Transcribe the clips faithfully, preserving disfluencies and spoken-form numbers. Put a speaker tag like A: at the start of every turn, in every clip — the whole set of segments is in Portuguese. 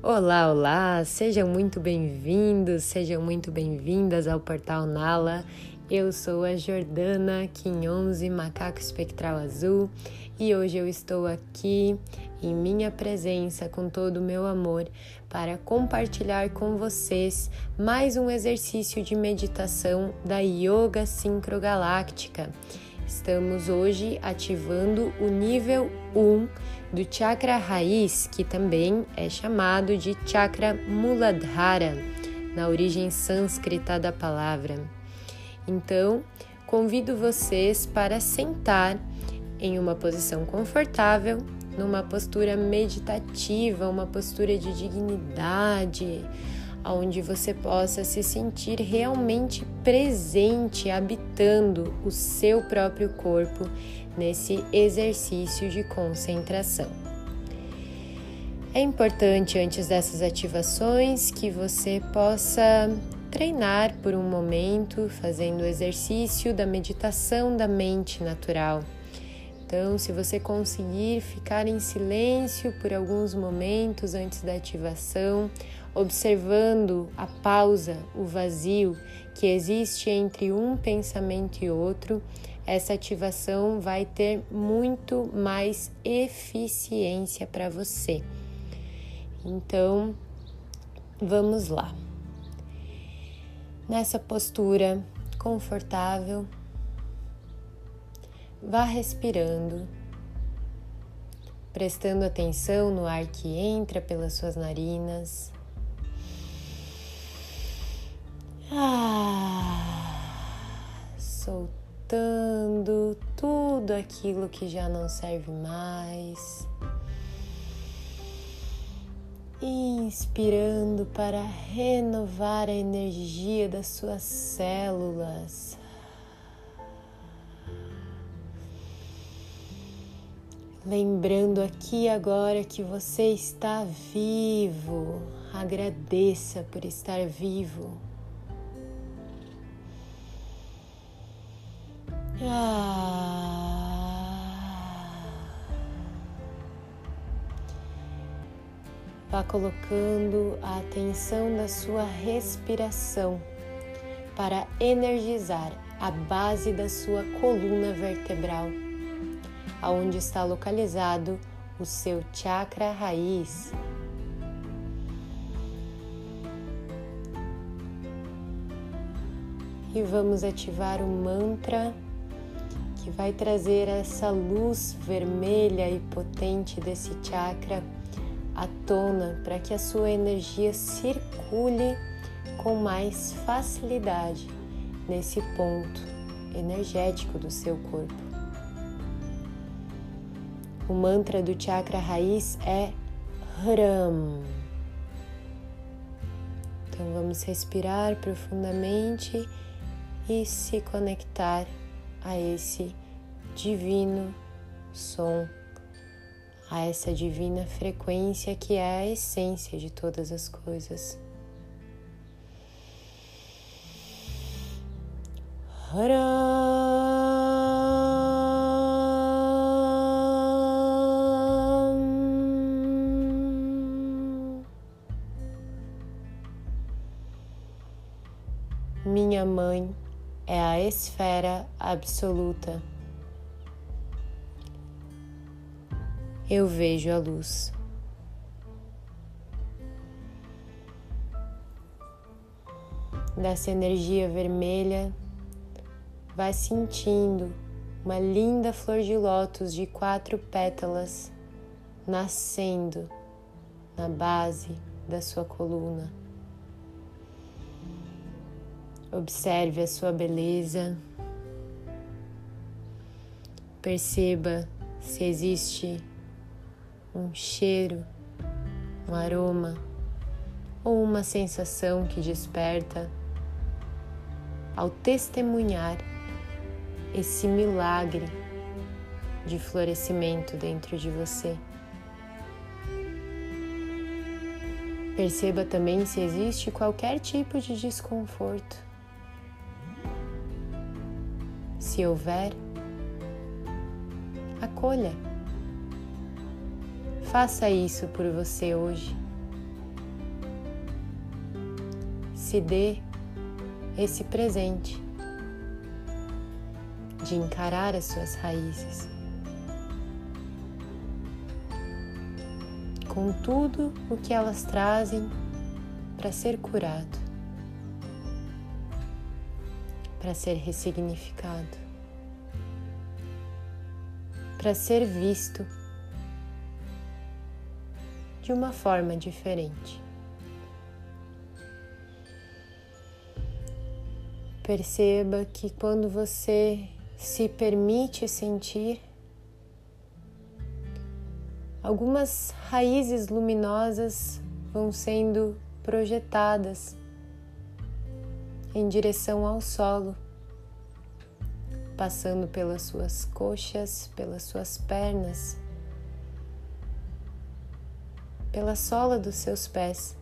A: Olá, olá! Sejam muito bem-vindos, sejam muito bem-vindas ao Portal Nala. Eu sou a Jordana Quinhonze, Macaco Espectral Azul, e hoje eu estou aqui em minha presença com todo o meu amor para compartilhar com vocês mais um exercício de meditação da Yoga Sincrogaláctica. Estamos hoje ativando o nível um do chakra raiz, que também é chamado de chakra Muladhara, na origem sânscrita da palavra. Então, convido vocês para sentar em uma posição confortável, numa postura meditativa, uma postura de dignidade, onde você possa se sentir realmente presente, habitando o seu próprio corpo nesse exercício de concentração. É importante, antes dessas ativações, que você possa treinar por um momento, fazendo o exercício da meditação da mente natural. Então, se você conseguir ficar em silêncio por alguns momentos antes da ativação, observando a pausa, o vazio que existe entre um pensamento e outro, essa ativação vai ter muito mais eficiência para você. Então, vamos lá. Nessa postura confortável, vá respirando, prestando atenção no ar que entra pelas suas narinas. Ah, soltando tudo aquilo que já não serve mais. Inspirando para renovar a energia das suas células. Lembrando aqui agora que você está vivo. Agradeça por estar vivo. Ah. Vá colocando a atenção da sua respiração para energizar a base da sua coluna vertebral, aonde está localizado o seu chakra raiz. E vamos ativar o mantra que vai trazer essa luz vermelha e potente desse chakra à tona, para que a sua energia circule com mais facilidade nesse ponto energético do seu corpo. O mantra do chakra raiz é Hram. Então vamos respirar profundamente e se conectar a esse divino som, a essa divina frequência que é a essência de todas as coisas. Hram. Minha mãe é a esfera absoluta. Eu vejo a luz. Dessa energia vermelha, vai sentindo uma linda flor de lótus de quatro pétalas nascendo na base da sua coluna. Observe a sua beleza. Perceba se existe um cheiro, um aroma ou uma sensação que desperta ao testemunhar esse milagre de florescimento dentro de você. Perceba também se existe qualquer tipo de desconforto. Se houver, acolha. Faça isso por você hoje. se dê esse presente de encarar as suas raízes com tudo o que elas trazem para ser curado, para ser ressignificado, para ser visto de uma forma diferente. Perceba que quando você se permite sentir, algumas raízes luminosas vão sendo projetadas em direção ao solo, passando pelas suas coxas, pelas suas pernas, pela sola dos seus pés.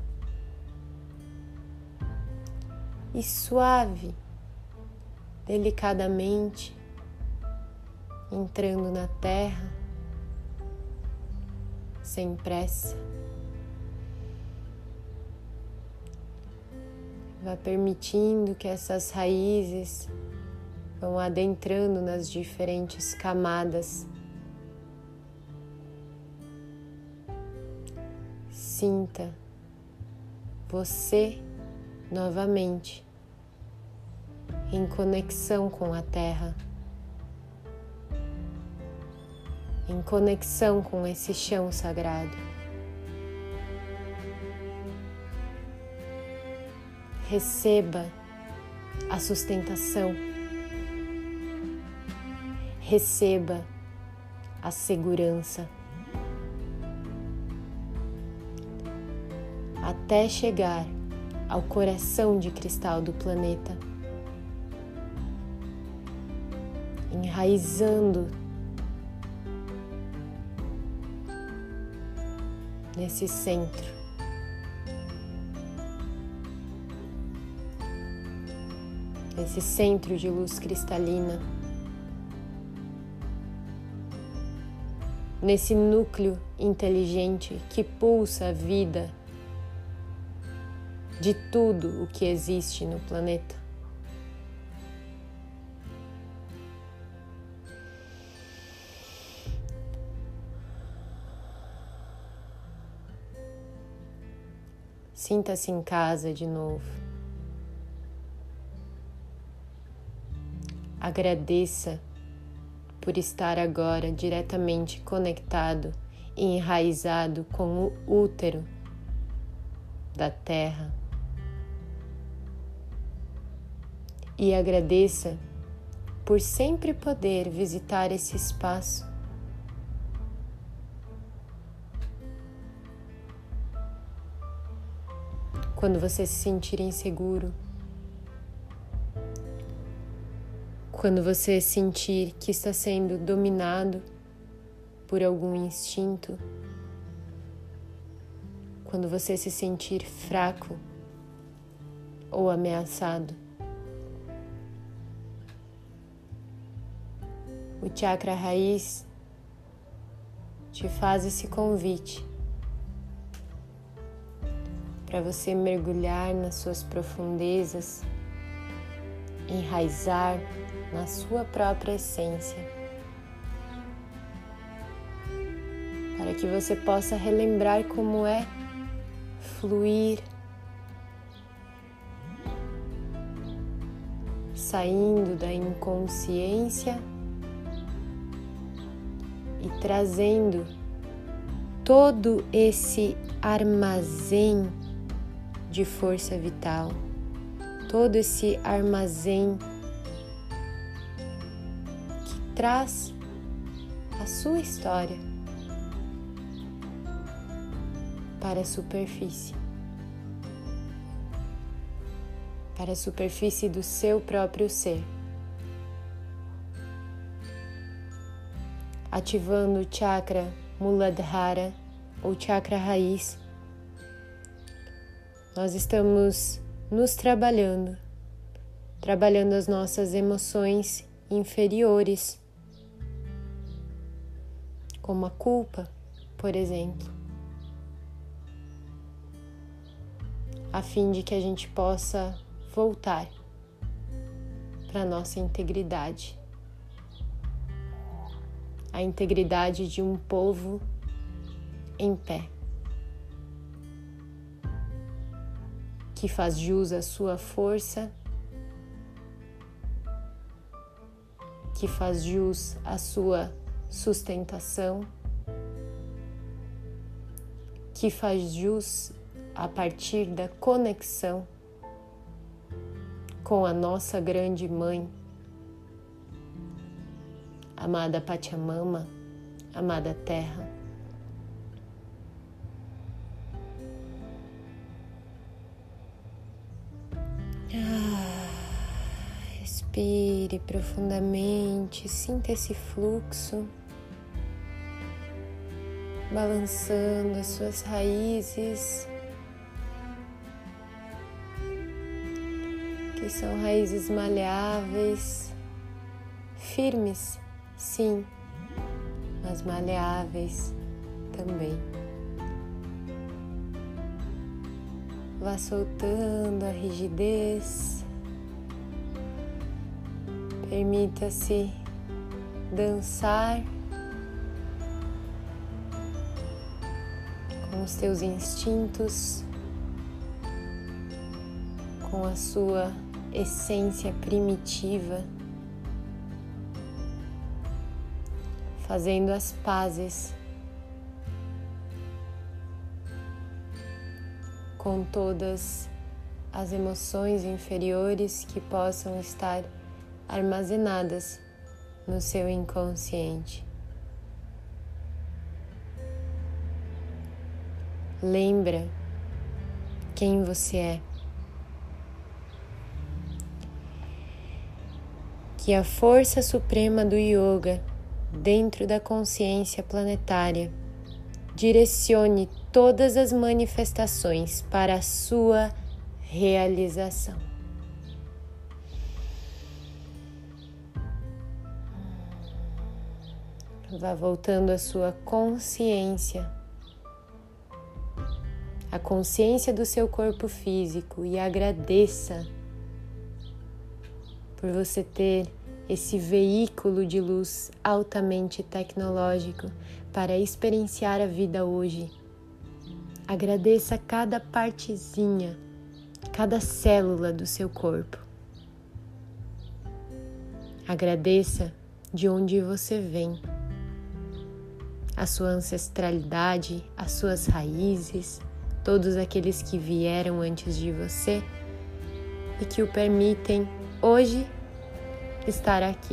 A: E suave, delicadamente, entrando na terra, sem pressa. Vá permitindo que essas raízes vão adentrando nas diferentes camadas. Sinta você novamente em conexão com a terra, em conexão com esse chão sagrado. Receba a sustentação, receba a segurança, até chegar ao coração de cristal do planeta, enraizando nesse centro. Esse centro de luz cristalina, nesse núcleo inteligente que pulsa a vida de tudo o que existe no planeta. Sinta-se em casa de novo. Agradeça por estar agora diretamente conectado e enraizado com o útero da Terra. E agradeça por sempre poder visitar esse espaço. Quando você se sentir inseguro, quando você sentir que está sendo dominado por algum instinto, quando você se sentir fraco ou ameaçado, o chakra raiz te faz esse convite para você mergulhar nas suas profundezas, enraizar na sua própria essência, para que você possa relembrar como é fluir, saindo da inconsciência e trazendo todo esse armazém de força vital, todo esse armazém que traz a sua história para a superfície, para a superfície do seu próprio ser, ativando o chakra Muladhara ou chakra raiz. Nós estamos nos trabalhando, trabalhando as nossas emoções inferiores, como a culpa, por exemplo. a fim de que a gente possa voltar para a nossa integridade. A integridade de um povo em pé, que faz jus à sua força, que faz jus à sua sustentação, que faz jus a partir da conexão com a nossa grande mãe, amada Pachamama, amada Terra. Ah, respire profundamente, sinta esse fluxo, balançando as suas raízes, que são raízes maleáveis, firmes, sim, mas maleáveis também. Vá soltando a rigidez, permita-se dançar com os teus instintos, com a sua essência primitiva, fazendo as pazes com todas as emoções inferiores que possam estar armazenadas no seu inconsciente. Lembra quem você é. Que a força suprema do yoga dentro da consciência planetária direcione todas as manifestações para a sua realização. Vá voltando a sua consciência, a consciência do seu corpo físico, e agradeça por você ter esse veículo de luz altamente tecnológico para experienciar a vida hoje. Agradeça cada partezinha, cada célula do seu corpo. Agradeça de onde você vem, a sua ancestralidade, as suas raízes, todos aqueles que vieram antes de você e que o permitem hoje estar aqui,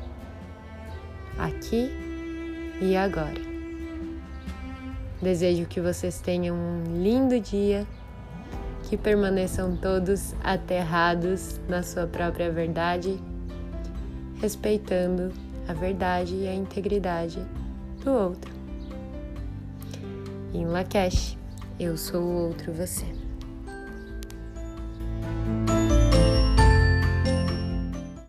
A: aqui e agora. Desejo que vocês tenham um lindo dia, que permaneçam todos aterrados na sua própria verdade, respeitando a verdade e a integridade do outro. Em Lakesh, eu sou o outro você.